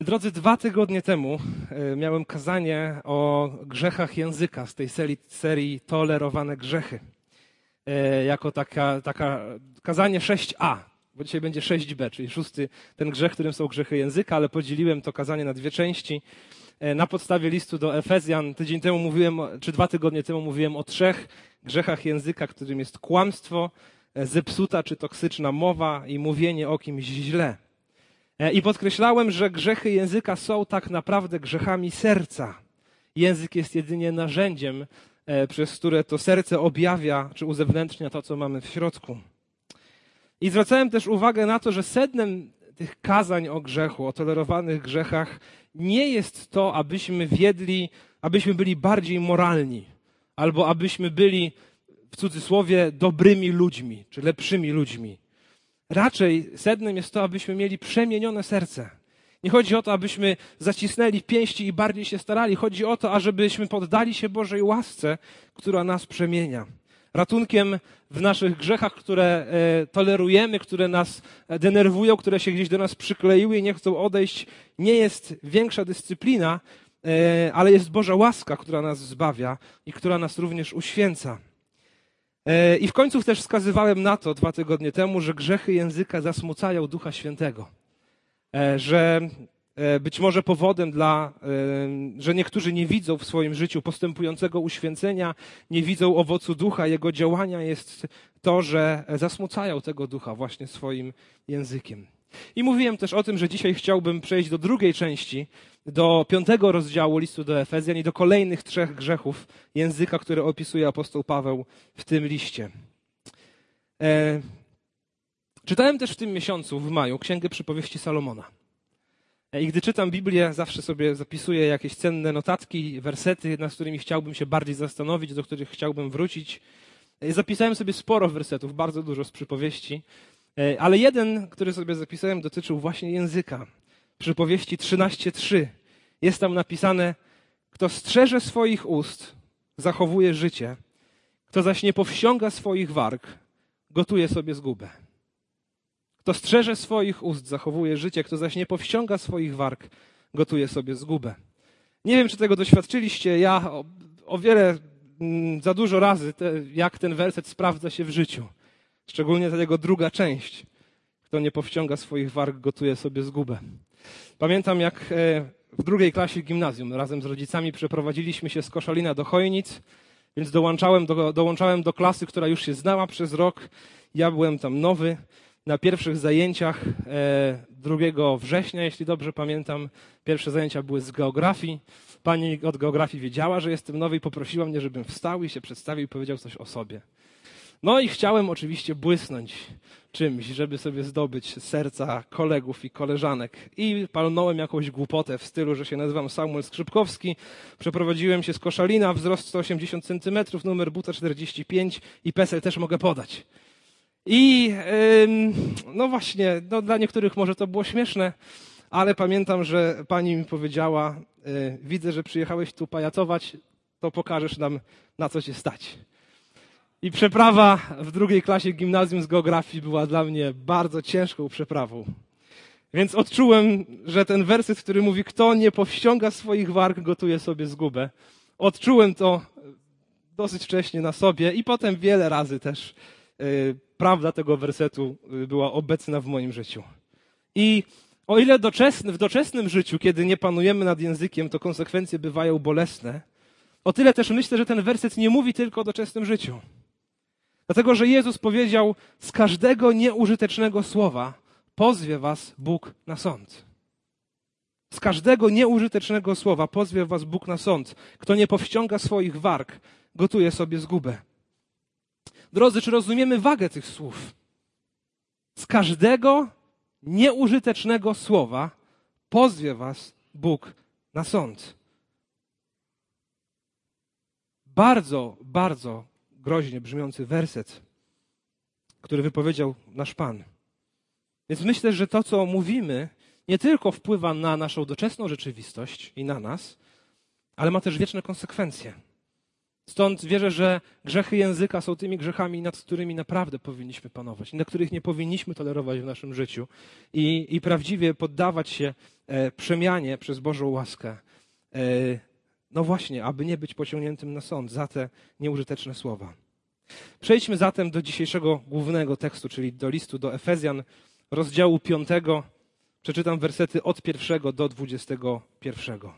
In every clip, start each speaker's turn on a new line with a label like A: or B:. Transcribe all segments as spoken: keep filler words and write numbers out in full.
A: Drodzy, dwa tygodnie temu miałem kazanie o grzechach języka z tej serii, serii Tolerowane grzechy. Jako taka, taka kazanie sześć a, bo dzisiaj będzie sześć b, czyli szósty ten grzech, którym są grzechy języka, ale podzieliłem to kazanie na dwie części. Na podstawie listu do Efezjan tydzień temu mówiłem, czy dwa tygodnie temu mówiłem o trzech grzechach języka, którym jest kłamstwo, zepsuta czy toksyczna mowa i mówienie o kimś źle. I podkreślałem, że grzechy języka są tak naprawdę grzechami serca. Język jest jedynie narzędziem, przez które to serce objawia czy uzewnętrznia to, co mamy w środku. I zwracałem też uwagę na to, że sednem tych kazań o grzechu, o tolerowanych grzechach nie jest to, abyśmy wiedli, abyśmy byli bardziej moralni, albo abyśmy byli, w cudzysłowie, dobrymi ludźmi, czy lepszymi ludźmi. Raczej sednem jest to, abyśmy mieli przemienione serce. Nie chodzi o to, abyśmy zacisnęli pięści i bardziej się starali. Chodzi o to, ażebyśmy poddali się Bożej łasce, która nas przemienia. Ratunkiem w naszych grzechach, które e, tolerujemy, które nas denerwują, które się gdzieś do nas przykleiły i nie chcą odejść, nie jest większa dyscyplina, e, ale jest Boża łaska, która nas zbawia i która nas również uświęca. I w końcu też wskazywałem na to dwa tygodnie temu, że grzechy języka zasmucają Ducha Świętego. Że być może powodem dla, że niektórzy nie widzą w swoim życiu postępującego uświęcenia, nie widzą owocu Ducha, jego działania jest to, że zasmucają tego Ducha właśnie swoim językiem. I mówiłem też o tym, że dzisiaj chciałbym przejść do drugiej części, do piątego rozdziału listu do Efezjan i do kolejnych trzech grzechów języka, które opisuje apostoł Paweł w tym liście. E, czytałem też w tym miesiącu, w maju, Księgę Przypowieści Salomona. E, I gdy czytam Biblię, zawsze sobie zapisuję jakieś cenne notatki, wersety, nad którymi chciałbym się bardziej zastanowić, do których chciałbym wrócić. E, zapisałem sobie sporo wersetów, bardzo dużo z przypowieści, e, ale jeden, który sobie zapisałem, dotyczył właśnie języka. Przypowieści trzynaście trzy. Jest tam napisane: kto strzeże swoich ust, zachowuje życie, kto zaś nie powściąga swoich warg, gotuje sobie zgubę. Kto strzeże swoich ust, zachowuje życie, kto zaś nie powściąga swoich warg, gotuje sobie zgubę. Nie wiem, czy tego doświadczyliście. Ja o, o wiele, m, za dużo razy, te, jak ten werset sprawdza się w życiu. Szczególnie ta jego druga część. Kto nie powściąga swoich warg, gotuje sobie zgubę. Pamiętam, jak w drugiej klasie gimnazjum razem z rodzicami przeprowadziliśmy się z Koszalina do Chojnic, więc dołączałem do, dołączałem do klasy, która już się znała przez rok. Ja byłem tam nowy. Na pierwszych zajęciach drugiego września, jeśli dobrze pamiętam, pierwsze zajęcia były z geografii. Pani od geografii wiedziała, że jestem nowy i poprosiła mnie, żebym wstał i się przedstawił i powiedział coś o sobie. No i chciałem oczywiście błysnąć czymś, żeby sobie zdobyć serca kolegów i koleżanek. I palnąłem jakąś głupotę w stylu, że się nazywam Samuel Skrzypkowski. Przeprowadziłem się z Koszalina, wzrost sto osiemdziesiąt centymetrów, numer buta czterdzieści pięć i PESEL też mogę podać. I ym, no właśnie, no dla niektórych może to było śmieszne, ale pamiętam, że pani mi powiedziała: y, widzę, że przyjechałeś tu pajacować, to pokażesz nam, na co cię stać. I przeprawa w drugiej klasie gimnazjum z geografii była dla mnie bardzo ciężką przeprawą. Więc odczułem, że ten werset, który mówi, kto nie powściąga swoich warg, gotuje sobie zgubę. Odczułem to dosyć wcześnie na sobie i potem wiele razy też yy, prawda tego wersetu była obecna w moim życiu. I o ile doczesny, w doczesnym życiu, kiedy nie panujemy nad językiem, to konsekwencje bywają bolesne, o tyle też myślę, że ten werset nie mówi tylko o doczesnym życiu. Dlatego, że Jezus powiedział: z każdego nieużytecznego słowa pozwie was Bóg na sąd. Z każdego nieużytecznego słowa pozwie was Bóg na sąd. Kto nie powściąga swoich warg, gotuje sobie zgubę. Drodzy, czy rozumiemy wagę tych słów? Z każdego nieużytecznego słowa pozwie was Bóg na sąd. Bardzo, bardzo groźnie brzmiący werset, który wypowiedział nasz Pan. Więc myślę, że to, co mówimy, nie tylko wpływa na naszą doczesną rzeczywistość i na nas, ale ma też wieczne konsekwencje. Stąd wierzę, że grzechy języka są tymi grzechami, nad którymi naprawdę powinniśmy panować, na których nie powinniśmy tolerować w naszym życiu i, i prawdziwie poddawać się e, przemianie przez Bożą łaskę. E, no właśnie, aby nie być pociągniętym na sąd za te nieużyteczne słowa. Przejdźmy zatem do dzisiejszego głównego tekstu, czyli do listu do Efezjan, rozdziału piątego. Przeczytam wersety od pierwszego do dwudziestego pierwszego.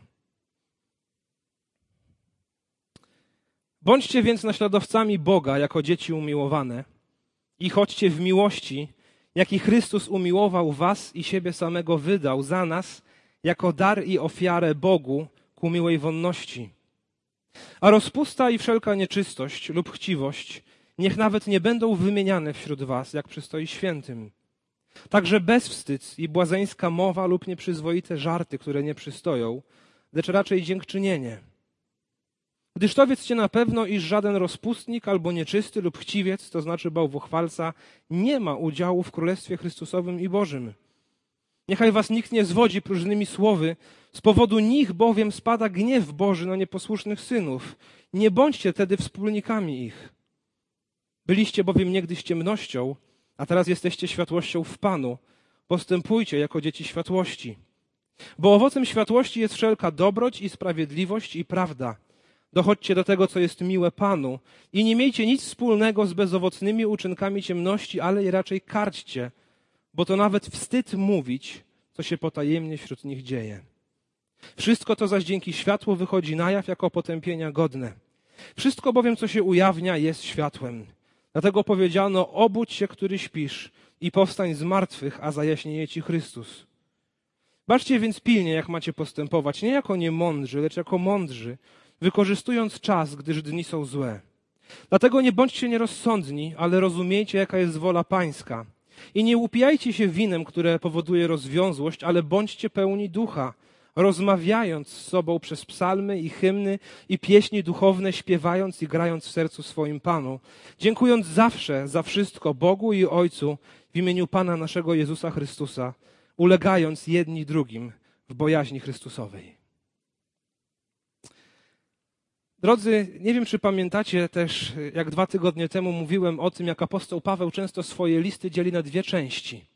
A: Bądźcie więc naśladowcami Boga jako dzieci umiłowane i chodźcie w miłości, jaki Chrystus umiłował was i siebie samego wydał za nas jako dar i ofiarę Bogu ku miłej wonności. A rozpusta i wszelka nieczystość lub chciwość niech nawet nie będą wymieniane wśród was, jak przystoi świętym. Także bezwstyd i błazeńska mowa lub nieprzyzwoite żarty, które nie przystoją, lecz raczej dziękczynienie. Gdyż to wiedzcie na pewno, iż żaden rozpustnik albo nieczysty lub chciwiec, to znaczy bałwochwalca, nie ma udziału w Królestwie Chrystusowym i Bożym. Niechaj was nikt nie zwodzi próżnymi słowy, z powodu nich bowiem spada gniew Boży na nieposłusznych synów. Nie bądźcie tedy wspólnikami ich. Byliście bowiem niegdyś ciemnością, a teraz jesteście światłością w Panu. Postępujcie jako dzieci światłości. Bo owocem światłości jest wszelka dobroć i sprawiedliwość i prawda. Dochodźcie do tego, co jest miłe Panu i nie miejcie nic wspólnego z bezowocnymi uczynkami ciemności, ale je raczej karćcie, bo to nawet wstyd mówić, co się potajemnie wśród nich dzieje. Wszystko to zaś dzięki światłu wychodzi na jaw jako potępienia godne. Wszystko bowiem, co się ujawnia, jest światłem. Dlatego powiedziano, obudź się, który śpisz i powstań z martwych, a zajaśnieje ci Chrystus. Baczcie więc pilnie, jak macie postępować, nie jako niemądrzy, lecz jako mądrzy, wykorzystując czas, gdyż dni są złe. Dlatego nie bądźcie nierozsądni, ale rozumiejcie, jaka jest wola Pańska. I nie upijajcie się winem, które powoduje rozwiązłość, ale bądźcie pełni ducha, rozmawiając z sobą przez psalmy i hymny i pieśni duchowne, śpiewając i grając w sercu swoim Panu, dziękując zawsze za wszystko Bogu i Ojcu w imieniu Pana naszego Jezusa Chrystusa, ulegając jedni drugim w bojaźni Chrystusowej. Drodzy, nie wiem, czy pamiętacie też, jak dwa tygodnie temu mówiłem o tym, jak apostoł Paweł często swoje listy dzieli na dwie części.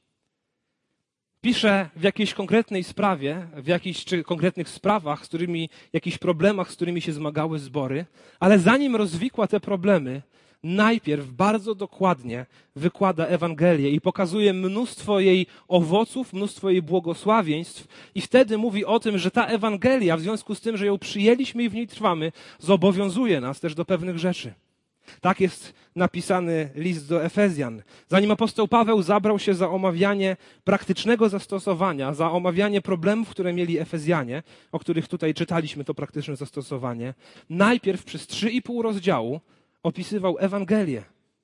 A: Pisze w jakiejś konkretnej sprawie, w jakichś czy konkretnych sprawach, z którymi, jakichś problemach, z którymi się zmagały zbory, ale zanim rozwikła te problemy, najpierw bardzo dokładnie wykłada Ewangelię i pokazuje mnóstwo jej owoców, mnóstwo jej błogosławieństw i wtedy mówi o tym, że ta Ewangelia, w związku z tym, że ją przyjęliśmy i w niej trwamy, zobowiązuje nas też do pewnych rzeczy. Tak jest napisany list do Efezjan. Zanim apostoł Paweł zabrał się za omawianie praktycznego zastosowania, za omawianie problemów, które mieli Efezjanie, o których tutaj czytaliśmy to praktyczne zastosowanie, najpierw przez trzy i pół rozdziału opisywał Ewangelię.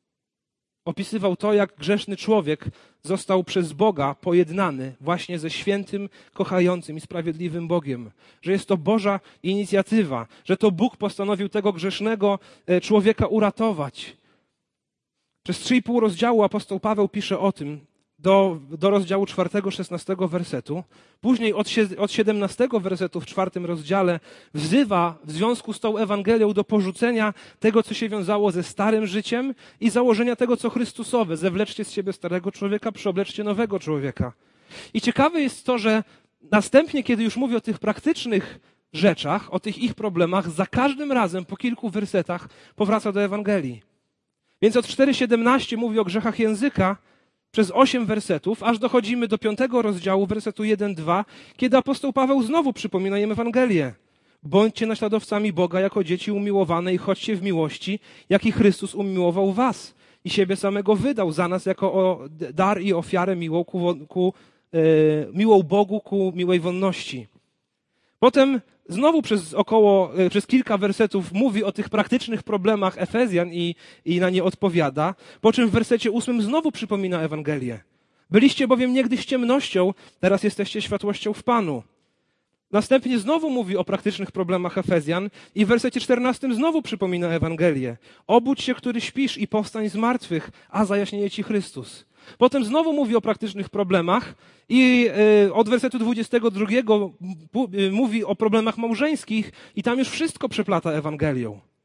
A: Opisywał to, jak grzeszny człowiek został przez Boga pojednany właśnie ze świętym, kochającym i sprawiedliwym Bogiem. Że jest to Boża inicjatywa, że to Bóg postanowił tego grzesznego człowieka uratować. Przez trzy i pół rozdziału apostoł Paweł pisze o tym, do, do rozdziału czwartego, szesnastego wersetu. Później od, od siedemnastego wersetu w czwartym rozdziale wzywa w związku z tą Ewangelią do porzucenia tego, co się wiązało ze starym życiem i założenia tego, co Chrystusowe. Zewleczcie z siebie starego człowieka, przyobleczcie nowego człowieka. I ciekawe jest to, że następnie, kiedy już mówi o tych praktycznych rzeczach, o tych ich problemach, za każdym razem po kilku wersetach powraca do Ewangelii. Więc od cztery siedemnaście mówi o grzechach języka, przez osiem wersetów, aż dochodzimy do piątego rozdziału, wersetu jeden dwa, kiedy apostoł Paweł znowu przypomina im Ewangelię. Bądźcie naśladowcami Boga jako dzieci umiłowane i chodźcie w miłości, jaki Chrystus umiłował was i siebie samego wydał za nas jako o dar i ofiarę miłą, ku, ku, e, miłą Bogu ku miłej wonności. Potem znowu przez około, przez kilka wersetów mówi o tych praktycznych problemach Efezjan i, i na nie odpowiada, po czym w wersecie ósmym znowu przypomina Ewangelię. Byliście bowiem niegdyś ciemnością, teraz jesteście światłością w Panu. Następnie znowu mówi o praktycznych problemach Efezjan i w wersecie czternastym znowu przypomina Ewangelię. Obudź się, który śpisz i powstań z martwych, a zajaśnieje ci Chrystus. Potem znowu mówi o praktycznych problemach i od wersetu dwudziestego drugiego mówi o problemach małżeńskich i tam już wszystko przeplata Ewangelią.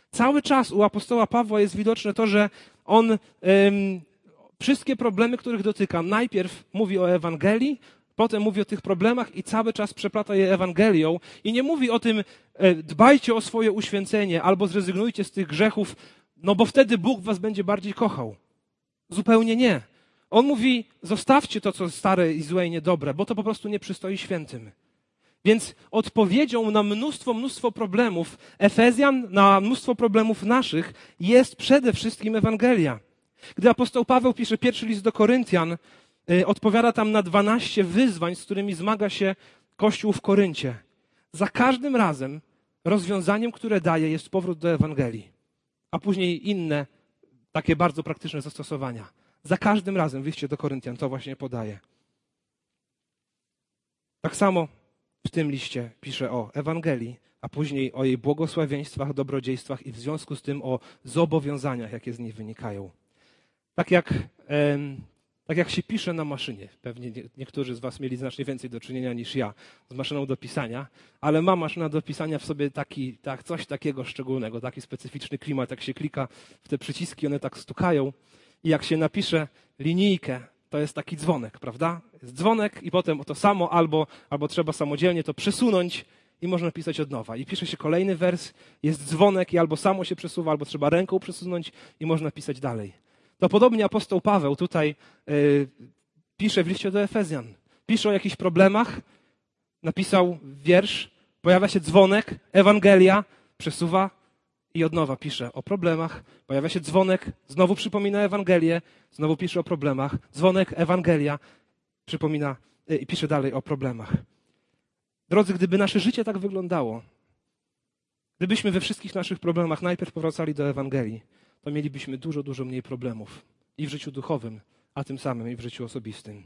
A: Cały czas u apostoła Pawła jest widoczne to, że on ym, wszystkie problemy, których dotyka, najpierw mówi o Ewangelii, potem mówi o tych problemach i cały czas przeplata je Ewangelią i nie mówi o tym, e, dbajcie o swoje uświęcenie albo zrezygnujcie z tych grzechów, no bo wtedy Bóg was będzie bardziej kochał. Zupełnie nie. On mówi, zostawcie to, co stare i złe i niedobre, bo to po prostu nie przystoi świętym. Więc odpowiedzią na mnóstwo, mnóstwo problemów Efezjan, na mnóstwo problemów naszych jest przede wszystkim Ewangelia. Gdy apostoł Paweł pisze pierwszy list do Koryntian, yy, odpowiada tam na dwanaście wyzwań, z którymi zmaga się Kościół w Koryncie. Za każdym razem rozwiązaniem, które daje, jest powrót do Ewangelii, a później inne, takie bardzo praktyczne zastosowania. Za każdym razem w liście do Koryntian to właśnie podaje. Tak samo w tym liście pisze o Ewangelii, a później o jej błogosławieństwach, dobrodziejstwach i w związku z tym o zobowiązaniach, jakie z niej wynikają. Tak jak, em, tak jak się pisze na maszynie. Pewnie nie, niektórzy z was mieli znacznie więcej do czynienia niż ja z maszyną do pisania, ale ma maszyna do pisania w sobie taki, tak, coś takiego szczególnego, taki specyficzny klimat. Jak się klika w te przyciski, one tak stukają i jak się napisze linijkę, to jest taki dzwonek, prawda? Jest dzwonek i potem to samo albo, albo trzeba samodzielnie to przesunąć i można pisać od nowa. I pisze się kolejny wers, jest dzwonek i albo samo się przesuwa, albo trzeba ręką przesunąć i można pisać dalej. To podobnie apostoł Paweł tutaj yy, pisze w liście do Efezjan. Pisze o jakichś problemach, napisał wiersz, pojawia się dzwonek, Ewangelia, przesuwa i od nowa pisze o problemach, pojawia się dzwonek, znowu przypomina Ewangelię, znowu pisze o problemach, dzwonek, Ewangelia, przypomina yy, i pisze dalej o problemach. Drodzy, gdyby nasze życie tak wyglądało, gdybyśmy we wszystkich naszych problemach najpierw powracali do Ewangelii, to mielibyśmy dużo, dużo mniej problemów i w życiu duchowym, a tym samym i w życiu osobistym.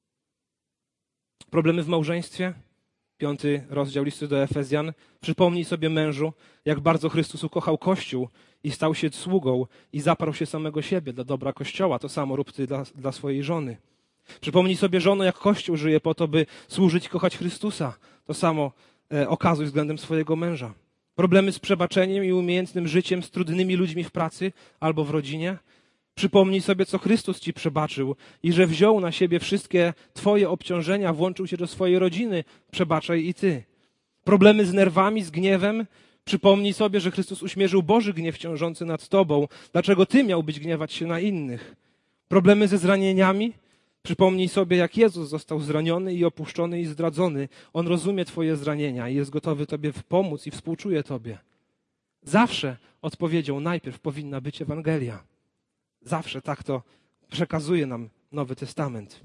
A: Problemy w małżeństwie? Piąty rozdział listu do Efezjan. Przypomnij sobie, mężu, jak bardzo Chrystus ukochał Kościół i stał się sługą i zaparł się samego siebie dla dobra Kościoła. To samo rób ty dla, dla swojej żony. Przypomnij sobie, żono, jak Kościół żyje po to, by służyć i kochać Chrystusa. To samo e, okazuj względem swojego męża. Problemy z przebaczeniem i umiejętnym życiem z trudnymi ludźmi w pracy albo w rodzinie. Przypomnij sobie, co Chrystus ci przebaczył i że wziął na siebie wszystkie twoje obciążenia, włączył się do swojej rodziny. Przebaczaj i ty. Problemy z nerwami, z gniewem. Przypomnij sobie, że Chrystus uśmierzył Boży gniew ciążący nad tobą. Dlaczego ty miałbyś gniewać się na innych? Problemy ze zranieniami. Przypomnij sobie, jak Jezus został zraniony i opuszczony i zdradzony. On rozumie twoje zranienia i jest gotowy tobie pomóc i współczuje tobie. Zawsze odpowiedzią najpierw powinna być Ewangelia. Zawsze tak to przekazuje nam Nowy Testament.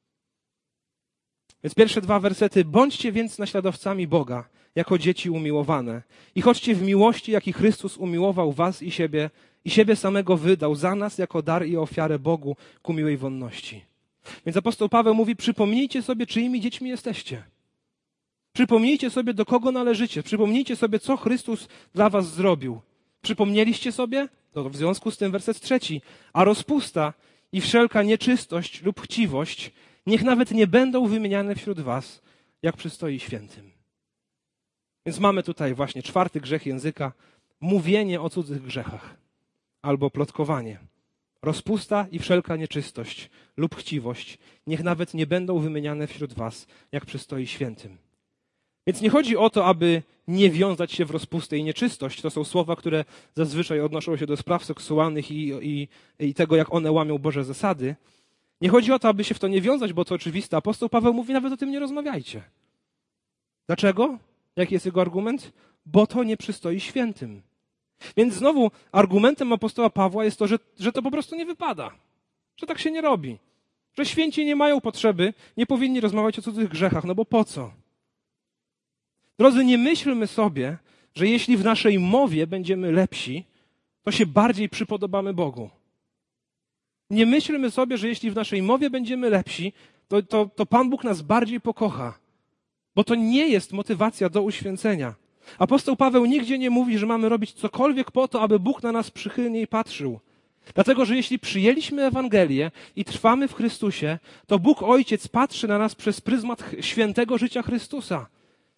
A: Więc pierwsze dwa wersety. Bądźcie więc naśladowcami Boga, jako dzieci umiłowane. I chodźcie w miłości, jaki Chrystus umiłował was i siebie, i siebie samego wydał za nas jako dar i ofiarę Bogu ku miłej wonności. Więc apostoł Paweł mówi, przypomnijcie sobie, czyimi dziećmi jesteście. Przypomnijcie sobie, do kogo należycie. Przypomnijcie sobie, co Chrystus dla was zrobił. Przypomnieliście sobie? To w związku z tym werset trzeci. A rozpusta i wszelka nieczystość lub chciwość niech nawet nie będą wymieniane wśród was, jak przystoi świętym. Więc mamy tutaj właśnie czwarty grzech języka, mówienie o cudzych grzechach albo plotkowanie. Rozpusta i wszelka nieczystość lub chciwość niech nawet nie będą wymieniane wśród was, jak przystoi świętym. Więc nie chodzi o to, aby nie wiązać się w rozpustę i nieczystość. To są słowa, które zazwyczaj odnoszą się do spraw seksualnych i, i, i tego, jak one łamią Boże zasady. Nie chodzi o to, aby się w to nie wiązać, bo to oczywiste. Apostoł Paweł mówi, nawet o tym nie rozmawiajcie. Dlaczego? Jaki jest jego argument? Bo to nie przystoi świętym. Więc znowu argumentem apostoła Pawła jest to, że, że to po prostu nie wypada. Że tak się nie robi. Że święci nie mają potrzeby, nie powinni rozmawiać o cudzych grzechach. No bo po co? Drodzy, nie myślmy sobie, że jeśli w naszej mowie będziemy lepsi, to się bardziej przypodobamy Bogu. Nie myślmy sobie, że jeśli w naszej mowie będziemy lepsi, to, to, to Pan Bóg nas bardziej pokocha. Bo to nie jest motywacja do uświęcenia. Apostoł Paweł nigdzie nie mówi, że mamy robić cokolwiek po to, aby Bóg na nas przychylniej patrzył. Dlatego, że jeśli przyjęliśmy Ewangelię i trwamy w Chrystusie, to Bóg Ojciec patrzy na nas przez pryzmat świętego życia Chrystusa.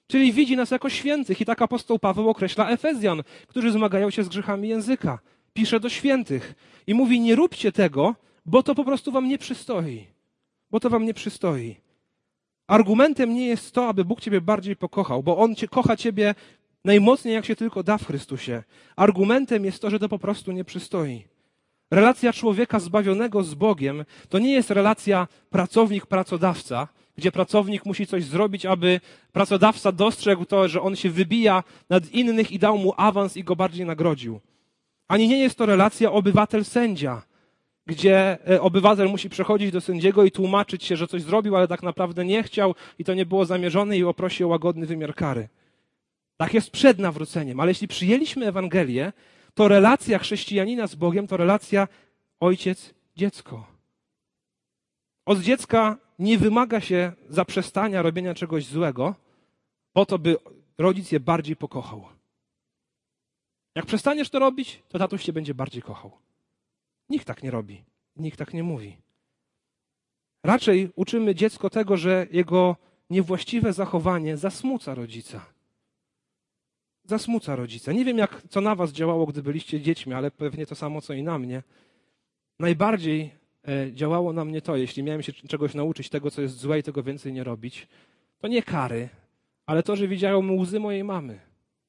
A: Czyli widzi nas jako świętych i tak apostoł Paweł określa Efezjan, którzy zmagają się z grzechami języka. Pisze do świętych i mówi, nie róbcie tego, bo to po prostu wam nie przystoi. Bo to wam nie przystoi. Argumentem nie jest to, aby Bóg ciebie bardziej pokochał, bo On cię, kocha ciebie najmocniej, jak się tylko da w Chrystusie. Argumentem jest to, że to po prostu nie przystoi. Relacja człowieka zbawionego z Bogiem to nie jest relacja pracownik-pracodawca, gdzie pracownik musi coś zrobić, aby pracodawca dostrzegł to, że on się wybija nad innych i dał mu awans i go bardziej nagrodził. Ani nie jest to relacja obywatel-sędzia, gdzie obywatel musi przechodzić do sędziego i tłumaczyć się, że coś zrobił, ale tak naprawdę nie chciał i to nie było zamierzone i poprosi o łagodny wymiar kary. Tak jest przed nawróceniem, ale jeśli przyjęliśmy Ewangelię, to relacja chrześcijanina z Bogiem to relacja ojciec-dziecko. Od dziecka nie wymaga się zaprzestania robienia czegoś złego, po to, by rodzic je bardziej pokochał. Jak przestaniesz to robić, to tatuś cię będzie bardziej kochał. Nikt tak nie robi, nikt tak nie mówi. Raczej uczymy dziecko tego, że jego niewłaściwe zachowanie zasmuca rodzica. Zasmuca rodzica. Nie wiem, jak, co na was działało, gdy byliście dziećmi, ale pewnie to samo, co i na mnie. Najbardziej e, działało na mnie to, jeśli miałem się czegoś nauczyć, tego, co jest złe i tego więcej nie robić, to nie kary, ale to, że widziałem łzy mojej mamy.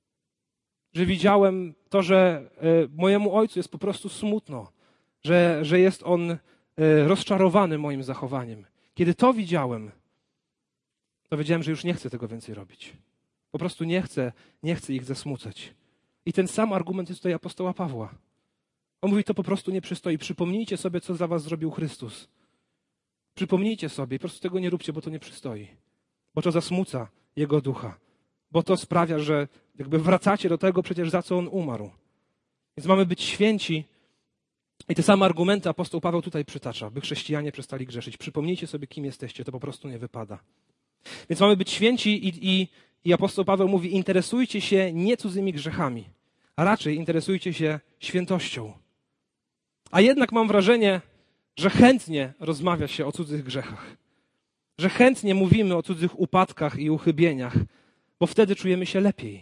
A: Że widziałem to, że e, mojemu ojcu jest po prostu smutno, że, że jest on e, rozczarowany moim zachowaniem. Kiedy to widziałem, to wiedziałem, że już nie chcę tego więcej robić. Po prostu nie chcę, nie chcę ich zasmucać. I ten sam argument jest tutaj apostoła Pawła. On mówi, to po prostu nie przystoi. Przypomnijcie sobie, co za was zrobił Chrystus. Przypomnijcie sobie i po prostu tego nie róbcie, bo to nie przystoi. Bo to zasmuca Jego ducha. Bo to sprawia, że jakby wracacie do tego przecież, za co On umarł. Więc mamy być święci. I te same argumenty apostoł Paweł tutaj przytacza, by chrześcijanie przestali grzeszyć. Przypomnijcie sobie, kim jesteście. To po prostu nie wypada. Więc mamy być święci i, i, i apostoł Paweł mówi, interesujcie się nie cudzymi grzechami, a raczej interesujcie się świętością. A jednak mam wrażenie, że chętnie rozmawia się o cudzych grzechach. Że chętnie mówimy o cudzych upadkach i uchybieniach, bo wtedy czujemy się lepiej.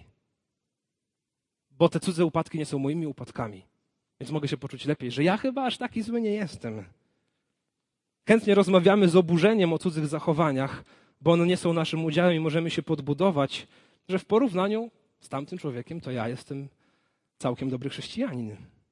A: Bo te cudze upadki nie są moimi upadkami. Więc mogę się poczuć lepiej, że ja chyba aż taki zły nie jestem. Chętnie rozmawiamy z oburzeniem o cudzych zachowaniach, bo one nie są naszym udziałem i możemy się podbudować, że w porównaniu z tamtym człowiekiem to ja jestem całkiem dobry chrześcijanin.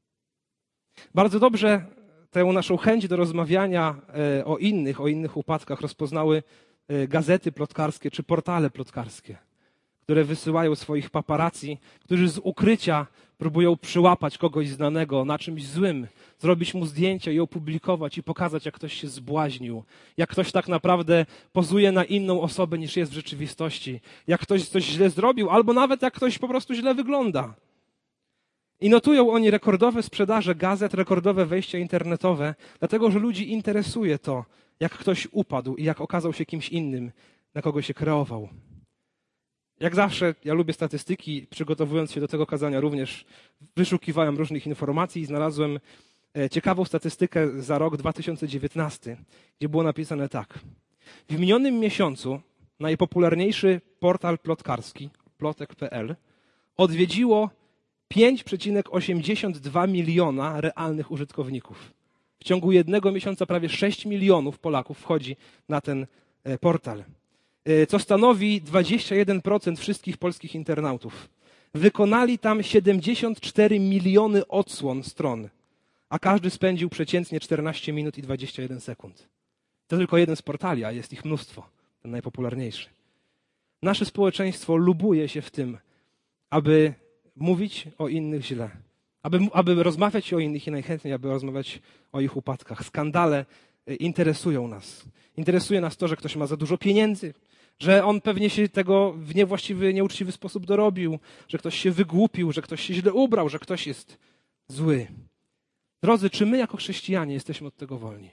A: Bardzo dobrze tę naszą chęć do rozmawiania o innych, o innych upadkach rozpoznały gazety plotkarskie czy portale plotkarskie, które wysyłają swoich paparazzi, którzy z ukrycia próbują przyłapać kogoś znanego na czymś złym, zrobić mu zdjęcia i opublikować i pokazać, jak ktoś się zbłaźnił, jak ktoś tak naprawdę pozuje na inną osobę niż jest w rzeczywistości, jak ktoś coś źle zrobił, albo nawet jak ktoś po prostu źle wygląda. I notują oni rekordowe sprzedaże gazet, rekordowe wejścia internetowe, dlatego że ludzi interesuje to, jak ktoś upadł i jak okazał się kimś innym, na kogo się kreował. Jak zawsze, ja lubię statystyki, przygotowując się do tego kazania również wyszukiwałem różnych informacji i znalazłem ciekawą statystykę za rok dwa tysiące dziewiętnasty, gdzie było napisane tak. W minionym miesiącu najpopularniejszy portal plotkarski, plotek kropka pe el, odwiedziło pięć przecinek osiemdziesiąt dwa miliona realnych użytkowników. W ciągu jednego miesiąca prawie sześć milionów Polaków wchodzi na ten portal, co stanowi dwadzieścia jeden procent wszystkich polskich internautów. Wykonali tam siedemdziesiąt cztery miliony odsłon stron, a każdy spędził przeciętnie czternaście minut i dwadzieścia jeden sekund. To tylko jeden z portali, a jest ich mnóstwo, ten najpopularniejszy. Nasze społeczeństwo lubuje się w tym, aby mówić o innych źle, aby, aby rozmawiać o innych i najchętniej, aby rozmawiać o ich upadkach. Skandale interesują nas. Interesuje nas to, że ktoś ma za dużo pieniędzy, że on pewnie się tego w niewłaściwy, nieuczciwy sposób dorobił, że ktoś się wygłupił, że ktoś się źle ubrał, że ktoś jest zły. Drodzy, czy my jako chrześcijanie jesteśmy od tego wolni?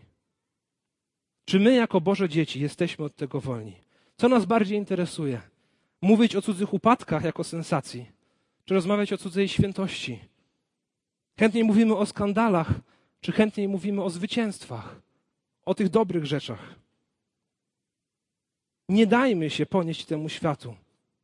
A: Czy my jako Boże dzieci jesteśmy od tego wolni? Co nas bardziej interesuje? Mówić o cudzych upadkach jako sensacji, czy rozmawiać o cudzej świętości? Chętniej mówimy o skandalach, czy chętniej mówimy o zwycięstwach, o tych dobrych rzeczach? Nie dajmy się ponieść temu światu.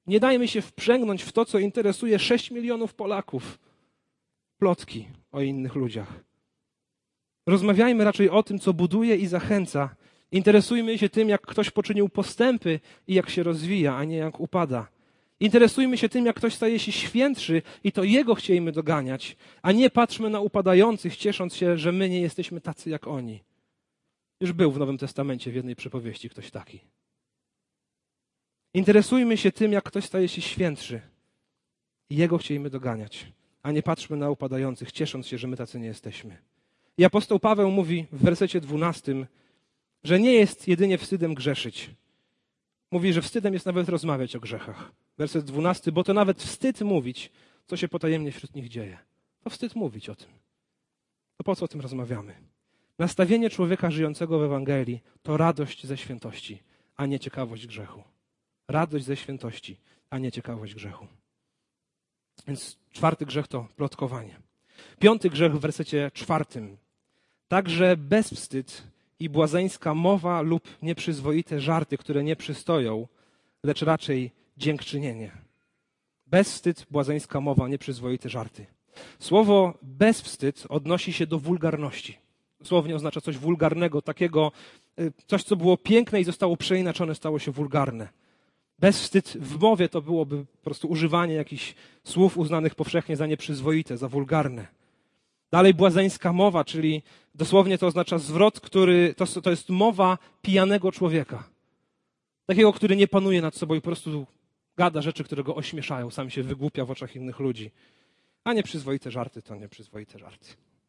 A: Nie dajmy się wprzęgnąć w to, co interesuje sześć milionów Polaków. Plotki o innych ludziach. Rozmawiajmy raczej o tym, co buduje i zachęca. Interesujmy się tym, jak ktoś poczynił postępy i jak się rozwija, a nie jak upada. Interesujmy się tym, jak ktoś staje się świętszy i to Jego chciejmy doganiać, a nie patrzmy na upadających, ciesząc się, że my nie jesteśmy tacy jak oni. Już był w Nowym Testamencie w jednej przypowieści ktoś taki. Interesujmy się tym, jak ktoś staje się świętszy i Jego chciejmy doganiać, a nie patrzmy na upadających, ciesząc się, że my tacy nie jesteśmy. I apostoł Paweł mówi w wersecie dwunastym, że nie jest jedynie wstydem grzeszyć. Mówi, że wstydem jest nawet rozmawiać o grzechach. Werset dwunasty, bo to nawet wstyd mówić, co się potajemnie wśród nich dzieje. To wstyd mówić o tym. To po co o tym rozmawiamy? Nastawienie człowieka żyjącego w Ewangelii to radość ze świętości, a nie ciekawość grzechu. Radość ze świętości, a nie ciekawość grzechu. Więc czwarty grzech to plotkowanie. Piąty grzech w wersecie czwartym. Także bezwstyd i błazeńska mowa lub nieprzyzwoite żarty, które nie przystoją, lecz raczej dziękczynienie. Bezwstyd, błazeńska mowa, nieprzyzwoite żarty. Słowo bezwstyd odnosi się do wulgarności. Dosłownie oznacza coś wulgarnego, takiego, coś, co było piękne i zostało przeinaczone, stało się wulgarne. Bezwstyd w mowie to byłoby po prostu używanie jakichś słów uznanych powszechnie za nieprzyzwoite, za wulgarne. Dalej błazeńska mowa, czyli dosłownie to oznacza zwrot, który, to, to jest mowa pijanego człowieka. Takiego, który nie panuje nad sobą i po prostu gada rzeczy, które go ośmieszają, sam się wygłupia w oczach innych ludzi. A nieprzyzwoite żarty to nieprzyzwoite żarty.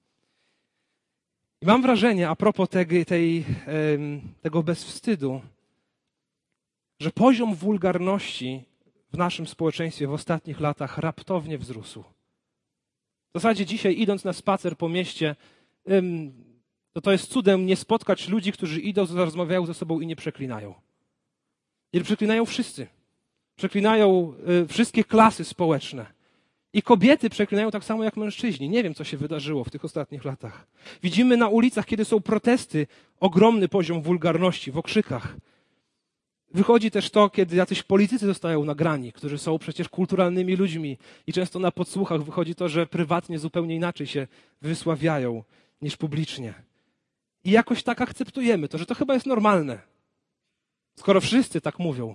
A: I mam wrażenie, a propos tej, tej, tego bezwstydu, że poziom wulgarności w naszym społeczeństwie w ostatnich latach raptownie wzrósł. W zasadzie dzisiaj, idąc na spacer po mieście, to to jest cudem nie spotkać ludzi, którzy idą, rozmawiają ze sobą i nie przeklinają. I przeklinają wszyscy. Przeklinają wszystkie klasy społeczne. I kobiety przeklinają tak samo jak mężczyźni. Nie wiem, co się wydarzyło w tych ostatnich latach. Widzimy na ulicach, kiedy są protesty, ogromny poziom wulgarności w okrzykach. Wychodzi też to, kiedy jacyś politycy zostają nagrani, którzy są przecież kulturalnymi ludźmi i często na podsłuchach wychodzi to, że prywatnie zupełnie inaczej się wysławiają niż publicznie. I jakoś tak akceptujemy to, że to chyba jest normalne, skoro wszyscy tak mówią.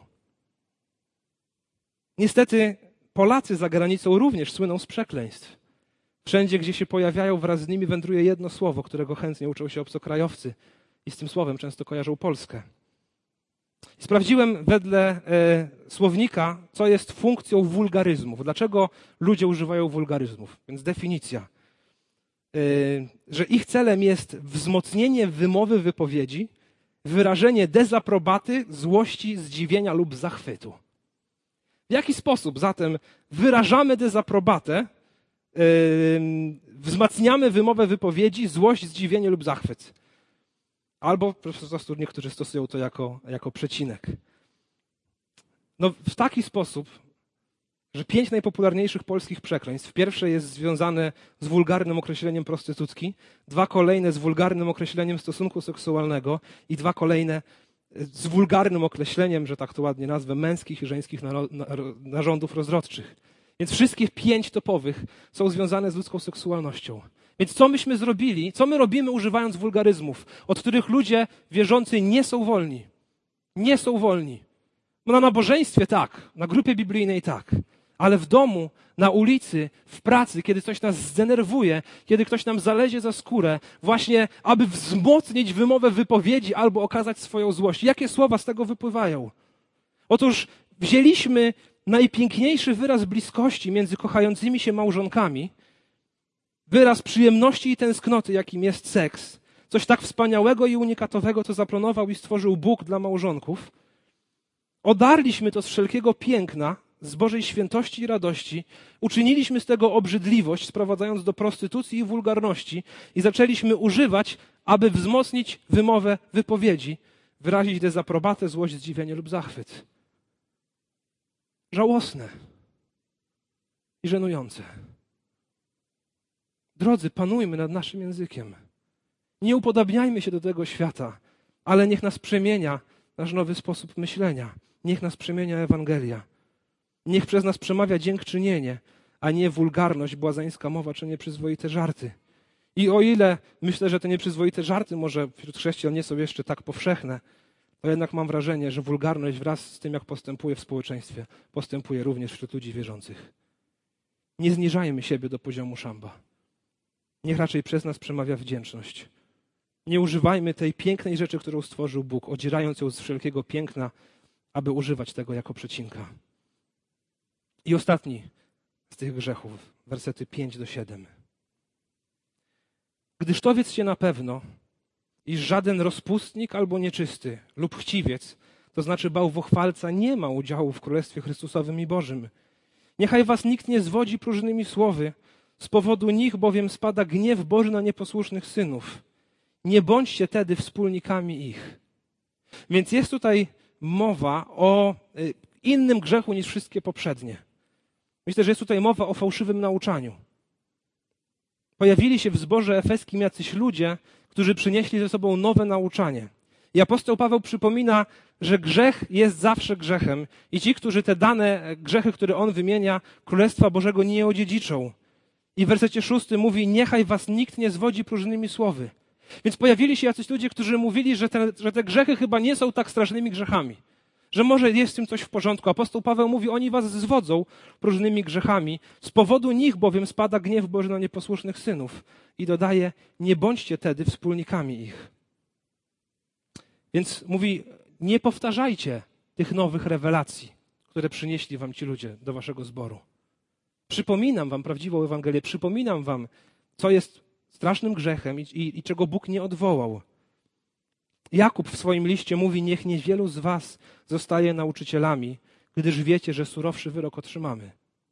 A: Niestety Polacy za granicą również słyną z przekleństw. Wszędzie, gdzie się pojawiają, wraz z nimi wędruje jedno słowo, którego chętnie uczą się obcokrajowcy i z tym słowem często kojarzą Polskę. Sprawdziłem wedle e, słownika, co jest funkcją wulgaryzmów. Dlaczego ludzie używają wulgaryzmów? Więc definicja, e, że ich celem jest wzmocnienie wymowy wypowiedzi, wyrażenie dezaprobaty, złości, zdziwienia lub zachwytu. W jaki sposób zatem wyrażamy dezaprobatę, e, wzmacniamy wymowę wypowiedzi, złość, zdziwienie lub zachwyt? Albo po prostu niektórzy stosują to jako, jako przecinek. No w taki sposób, że pięć najpopularniejszych polskich przekleństw. Pierwsze jest związane z wulgarnym określeniem prostytutki, dwa kolejne z wulgarnym określeniem stosunku seksualnego i dwa kolejne z wulgarnym określeniem, że tak to ładnie nazwę, męskich i żeńskich narządów rozrodczych. Więc wszystkie pięć topowych są związane z ludzką seksualnością. Więc co myśmy zrobili, co my robimy używając wulgaryzmów, od których ludzie wierzący nie są wolni. Nie są wolni. No na nabożeństwie tak, na grupie biblijnej tak, ale w domu, na ulicy, w pracy, kiedy coś nas zdenerwuje, kiedy ktoś nam zalezie za skórę, właśnie aby wzmocnić wymowę wypowiedzi albo okazać swoją złość. Jakie słowa z tego wypływają? Otóż wzięliśmy najpiękniejszy wyraz bliskości między kochającymi się małżonkami, wyraz przyjemności i tęsknoty, jakim jest seks, coś tak wspaniałego i unikatowego, co zaplanował i stworzył Bóg dla małżonków. Odarliśmy to z wszelkiego piękna, z Bożej świętości i radości, uczyniliśmy z tego obrzydliwość, sprowadzając do prostytucji i wulgarności i zaczęliśmy używać, aby wzmocnić wymowę wypowiedzi, wyrazić dezaprobatę, złość, zdziwienie lub zachwyt. Żałosne i żenujące. Drodzy, panujmy nad naszym językiem. Nie upodabniajmy się do tego świata, ale niech nas przemienia nasz nowy sposób myślenia. Niech nas przemienia Ewangelia. Niech przez nas przemawia dziękczynienie, a nie wulgarność, błazeńska mowa czy nieprzyzwoite żarty. I o ile myślę, że te nieprzyzwoite żarty może wśród chrześcijan nie są jeszcze tak powszechne, to jednak mam wrażenie, że wulgarność wraz z tym, jak postępuje w społeczeństwie, postępuje również wśród ludzi wierzących. Nie zniżajmy siebie do poziomu szamba. Niech raczej przez nas przemawia wdzięczność. Nie używajmy tej pięknej rzeczy, którą stworzył Bóg, odzierając ją z wszelkiego piękna, aby używać tego jako przecinka. I ostatni z tych grzechów, wersety pięć do siedem. Gdyż to wiedzcie na pewno, iż żaden rozpustnik albo nieczysty lub chciwiec, to znaczy bałwochwalca, nie ma udziału w Królestwie Chrystusowym i Bożym. Niechaj was nikt nie zwodzi próżnymi słowy, z powodu nich bowiem spada gniew Boży na nieposłusznych synów. Nie bądźcie tedy wspólnikami ich. Więc jest tutaj mowa o innym grzechu niż wszystkie poprzednie. Myślę, że jest tutaj mowa o fałszywym nauczaniu. Pojawili się w zborze efeskim jacyś ludzie, którzy przynieśli ze sobą nowe nauczanie. I apostoł Paweł przypomina, że grzech jest zawsze grzechem i ci, którzy te dane grzechy, które on wymienia, Królestwa Bożego nie odziedziczą. I w wersecie szóstym mówi, niechaj was nikt nie zwodzi próżnymi słowy. Więc pojawili się jacyś ludzie, którzy mówili, że te, że te grzechy chyba nie są tak strasznymi grzechami. Że może jest z tym coś w porządku. Apostoł Paweł mówi, oni was zwodzą próżnymi grzechami. Z powodu nich bowiem spada gniew Boży na nieposłusznych synów. I dodaje, nie bądźcie tedy wspólnikami ich. Więc mówi, nie powtarzajcie tych nowych rewelacji, które przynieśli wam ci ludzie do waszego zboru. Przypominam wam prawdziwą Ewangelię, przypominam wam, co jest strasznym grzechem i, i, i czego Bóg nie odwołał. Jakub w swoim liście mówi, niech niewielu z was zostaje nauczycielami, gdyż wiecie, że surowszy wyrok otrzymamy.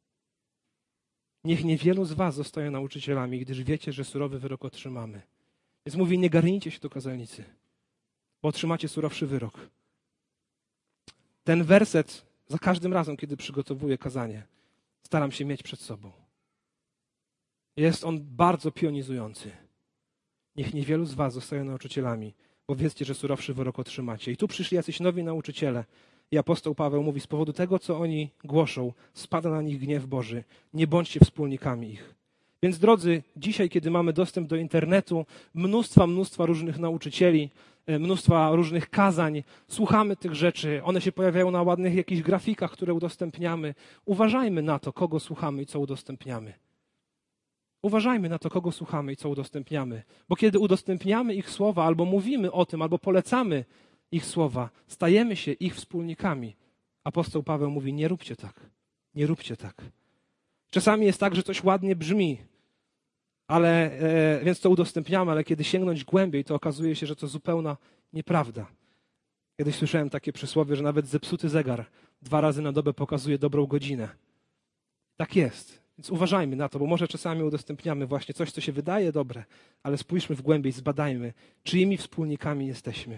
A: Niech niewielu z was zostaje nauczycielami, gdyż wiecie, że surowy wyrok otrzymamy. Więc mówi, nie garnijcie się do kazalnicy, bo otrzymacie surowszy wyrok. Ten werset za każdym razem, kiedy przygotowuję kazanie, staram się mieć przed sobą. Jest on bardzo pionizujący. Niech niewielu z was zostaje nauczycielami, bo wiedzcie, że surowszy wyrok otrzymacie. I tu przyszli jacyś nowi nauczyciele. I apostoł Paweł mówi, z powodu tego, co oni głoszą, spada na nich gniew Boży. Nie bądźcie wspólnikami ich. Więc drodzy, dzisiaj, kiedy mamy dostęp do internetu, mnóstwa, mnóstwa różnych nauczycieli, mnóstwa różnych kazań, słuchamy tych rzeczy, one się pojawiają na ładnych jakichś grafikach, które udostępniamy. Uważajmy na to, kogo słuchamy i co udostępniamy. Uważajmy na to, kogo słuchamy i co udostępniamy. Bo kiedy udostępniamy ich słowa, albo mówimy o tym, albo polecamy ich słowa, stajemy się ich wspólnikami. Apostoł Paweł mówi, nie róbcie tak. Nie róbcie tak. Czasami jest tak, że coś ładnie brzmi, ale, e, więc to udostępniamy, ale kiedy sięgnąć głębiej, to okazuje się, że to zupełna nieprawda. Kiedyś słyszałem takie przysłowie, że nawet zepsuty zegar dwa razy na dobę pokazuje dobrą godzinę. Tak jest. Więc uważajmy na to, bo może czasami udostępniamy właśnie coś, co się wydaje dobre, ale spójrzmy w głębiej, zbadajmy, czyimi wspólnikami jesteśmy.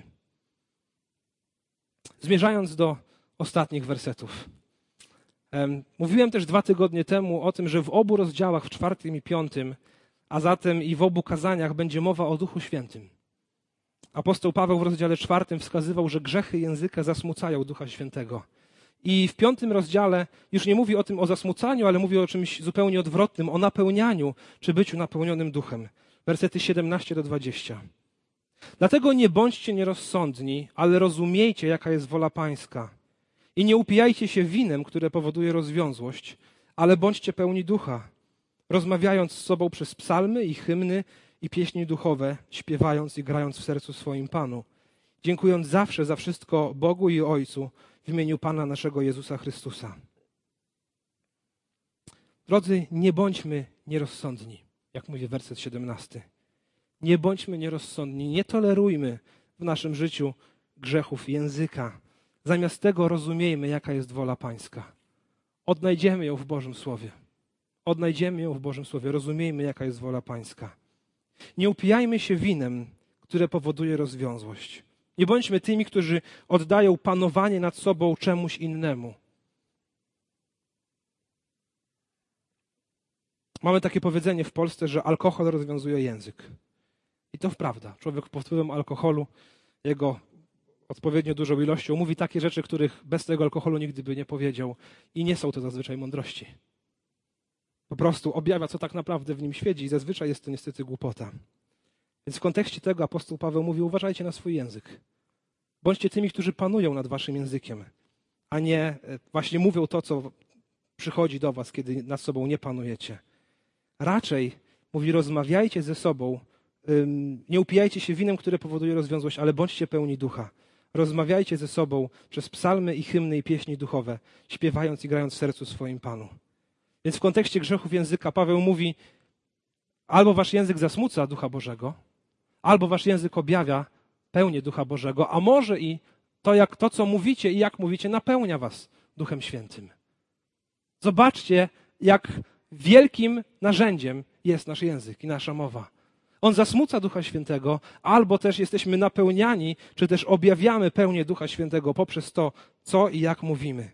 A: Zmierzając do ostatnich wersetów. Mówiłem też dwa tygodnie temu o tym, że w obu rozdziałach, w czwartym i piątym, a zatem i w obu kazaniach będzie mowa o Duchu Świętym. Apostoł Paweł w rozdziale czwartym wskazywał, że grzechy języka zasmucają Ducha Świętego. I w piątym rozdziale już nie mówi o tym o zasmucaniu, ale mówi o czymś zupełnie odwrotnym, o napełnianiu, czy byciu napełnionym duchem. Wersety siedemnaście do dwudziestu. Dlatego nie bądźcie nierozsądni, ale rozumiejcie, jaka jest wola Pańska. I nie upijajcie się winem, które powoduje rozwiązłość, ale bądźcie pełni ducha, rozmawiając z sobą przez psalmy i hymny i pieśni duchowe, śpiewając i grając w sercu swoim Panu, dziękując zawsze za wszystko Bogu i Ojcu, w imieniu Pana naszego Jezusa Chrystusa. Drodzy, nie bądźmy nierozsądni, jak mówi werset siedemnasty. Nie bądźmy nierozsądni, nie tolerujmy w naszym życiu grzechów języka. Zamiast tego rozumiejmy, jaka jest wola Pańska. Odnajdziemy ją w Bożym Słowie. Odnajdziemy ją w Bożym Słowie. Rozumiejmy, jaka jest wola Pańska. Nie upijajmy się winem, które powoduje rozwiązłość. Nie bądźmy tymi, którzy oddają panowanie nad sobą czemuś innemu. Mamy takie powiedzenie w Polsce, że alkohol rozwiązuje język. I to prawda. Człowiek pod wpływem alkoholu, jego odpowiednio dużą ilością, mówi takie rzeczy, których bez tego alkoholu nigdy by nie powiedział. I nie są to zazwyczaj mądrości. Po prostu objawia, co tak naprawdę w nim świeci i zazwyczaj jest to niestety głupota. Więc w kontekście tego apostoł Paweł mówi, uważajcie na swój język. Bądźcie tymi, którzy panują nad waszym językiem, a nie właśnie mówią to, co przychodzi do was, kiedy nad sobą nie panujecie. Raczej, mówi, rozmawiajcie ze sobą, nie upijajcie się winem, które powoduje rozwiązłość, ale bądźcie pełni ducha. Rozmawiajcie ze sobą przez psalmy i hymny i pieśni duchowe, śpiewając i grając w sercu swoim Panu. Więc w kontekście grzechów języka Paweł mówi, albo wasz język zasmuca Ducha Bożego, albo wasz język objawia pełnię Ducha Bożego, a może i to, jak to, co mówicie i jak mówicie, napełnia was Duchem Świętym. Zobaczcie, jak wielkim narzędziem jest nasz język i nasza mowa. On zasmuca Ducha Świętego, albo też jesteśmy napełniani, czy też objawiamy pełnię Ducha Świętego poprzez to, co i jak mówimy.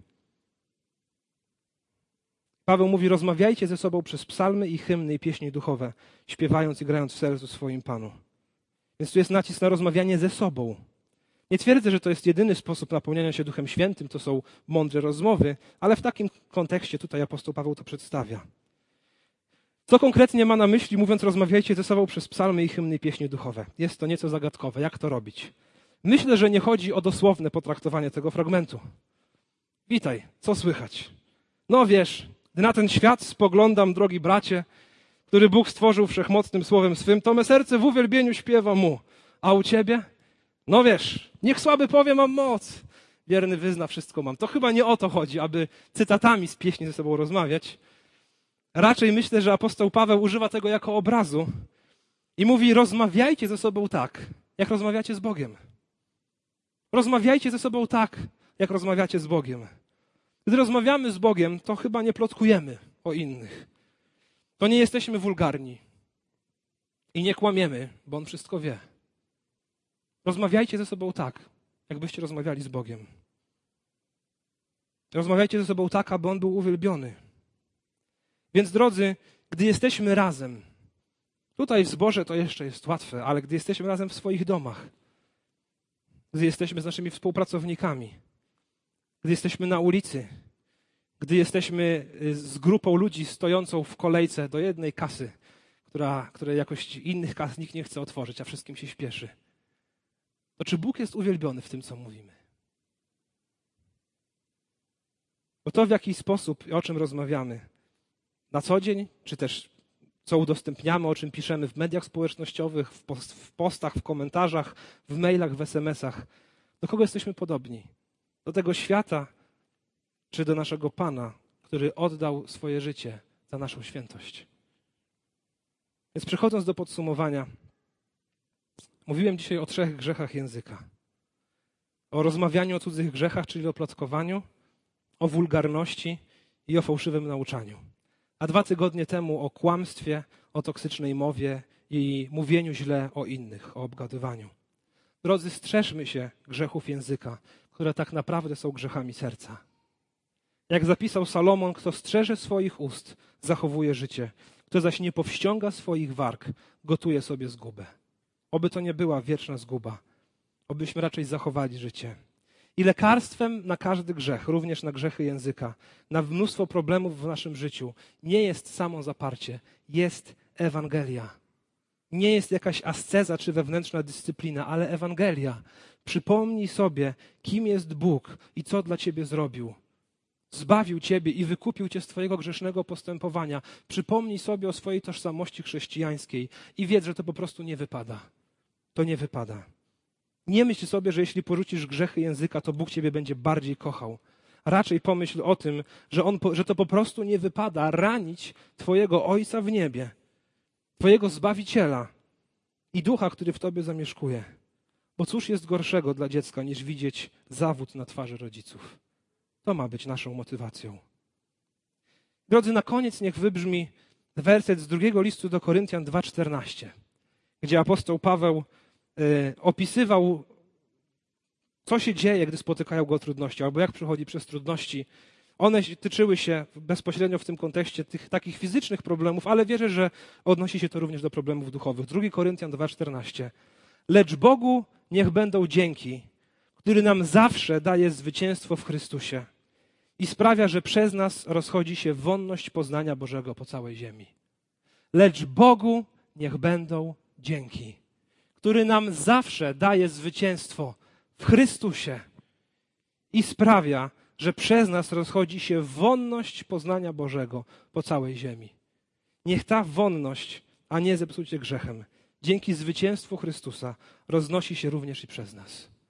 A: Paweł mówi, rozmawiajcie ze sobą przez psalmy i hymny i pieśni duchowe, śpiewając i grając w sercu swoim Panu. Więc tu jest nacisk na rozmawianie ze sobą. Nie twierdzę, że to jest jedyny sposób napełniania się Duchem Świętym, to są mądre rozmowy, ale w takim kontekście tutaj apostoł Paweł to przedstawia. Co konkretnie ma na myśli, mówiąc, rozmawiajcie ze sobą przez psalmy i hymny i pieśni duchowe? Jest to nieco zagadkowe. Jak to robić? Myślę, że nie chodzi o dosłowne potraktowanie tego fragmentu. Witaj, co słychać? No wiesz, gdy na ten świat spoglądam, drogi bracie, który Bóg stworzył wszechmocnym słowem swym, to me serce w uwielbieniu śpiewa Mu. A u ciebie? No wiesz, niech słaby powie, mam moc. Wierny wyzna, wszystko mam. To chyba nie o to chodzi, aby cytatami z pieśni ze sobą rozmawiać. Raczej myślę, że apostoł Paweł używa tego jako obrazu i mówi, rozmawiajcie ze sobą tak, jak rozmawiacie z Bogiem. Rozmawiajcie ze sobą tak, jak rozmawiacie z Bogiem. Gdy rozmawiamy z Bogiem, to chyba nie plotkujemy o innych. To nie jesteśmy wulgarni i nie kłamiemy, bo On wszystko wie. Rozmawiajcie ze sobą tak, jakbyście rozmawiali z Bogiem. Rozmawiajcie ze sobą tak, aby On był uwielbiony. Więc drodzy, gdy jesteśmy razem, tutaj w zborze to jeszcze jest łatwe, ale gdy jesteśmy razem w swoich domach, gdy jesteśmy z naszymi współpracownikami, gdy jesteśmy na ulicy, gdy jesteśmy z grupą ludzi stojącą w kolejce do jednej kasy, która, której jakoś innych kas nikt nie chce otworzyć, a wszystkim się śpieszy, to czy Bóg jest uwielbiony w tym, co mówimy? Bo to, w jaki sposób i o czym rozmawiamy na co dzień, czy też co udostępniamy, o czym piszemy w mediach społecznościowych, w, post, w postach, w komentarzach, w mailach, w es em esach, do kogo jesteśmy podobni? Do tego świata, czy do naszego Pana, który oddał swoje życie za naszą świętość? Więc przechodząc do podsumowania, mówiłem dzisiaj o trzech grzechach języka. O rozmawianiu o cudzych grzechach, czyli o plotkowaniu, o wulgarności i o fałszywym nauczaniu. A dwa tygodnie temu o kłamstwie, o toksycznej mowie i mówieniu źle o innych, o obgadywaniu. Drodzy, strzeżmy się grzechów języka, które tak naprawdę są grzechami serca. Jak zapisał Salomon, kto strzeże swoich ust, zachowuje życie. Kto zaś nie powściąga swoich warg, gotuje sobie zgubę. Oby to nie była wieczna zguba. Obyśmy raczej zachowali życie. I lekarstwem na każdy grzech, również na grzechy języka, na mnóstwo problemów w naszym życiu, nie jest samo zaparcie, jest Ewangelia. Nie jest jakaś asceza czy wewnętrzna dyscyplina, ale Ewangelia. Przypomnij sobie, kim jest Bóg i co dla ciebie zrobił. Zbawił ciebie i wykupił cię z twojego grzesznego postępowania. Przypomnij sobie o swojej tożsamości chrześcijańskiej i wiedz, że to po prostu nie wypada. To nie wypada. Nie myśl sobie, że jeśli porzucisz grzechy języka, to Bóg ciebie będzie bardziej kochał. Raczej pomyśl o tym, że, on, że to po prostu nie wypada ranić twojego Ojca w niebie, twojego Zbawiciela i Ducha, który w tobie zamieszkuje. Bo cóż jest gorszego dla dziecka, niż widzieć zawód na twarzy rodziców? To ma być naszą motywacją. Drodzy, na koniec niech wybrzmi werset z drugiego listu do Koryntian dwa czternaście, gdzie apostoł Paweł y, opisywał, co się dzieje, gdy spotykają go trudności, albo jak przechodzi przez trudności. One tyczyły się bezpośrednio w tym kontekście tych takich fizycznych problemów, ale wierzę, że odnosi się to również do problemów duchowych. drugi Koryntian dwa czternaście. Lecz Bogu niech będą dzięki, który nam zawsze daje zwycięstwo w Chrystusie i sprawia, że przez nas rozchodzi się wonność poznania Bożego po całej ziemi. Lecz Bogu niech będą dzięki, który nam zawsze daje zwycięstwo w Chrystusie i sprawia, że przez nas rozchodzi się wonność poznania Bożego po całej ziemi. Niech ta wonność, a nie zepsucie grzechem, dzięki zwycięstwu Chrystusa roznosi się również i przez nas.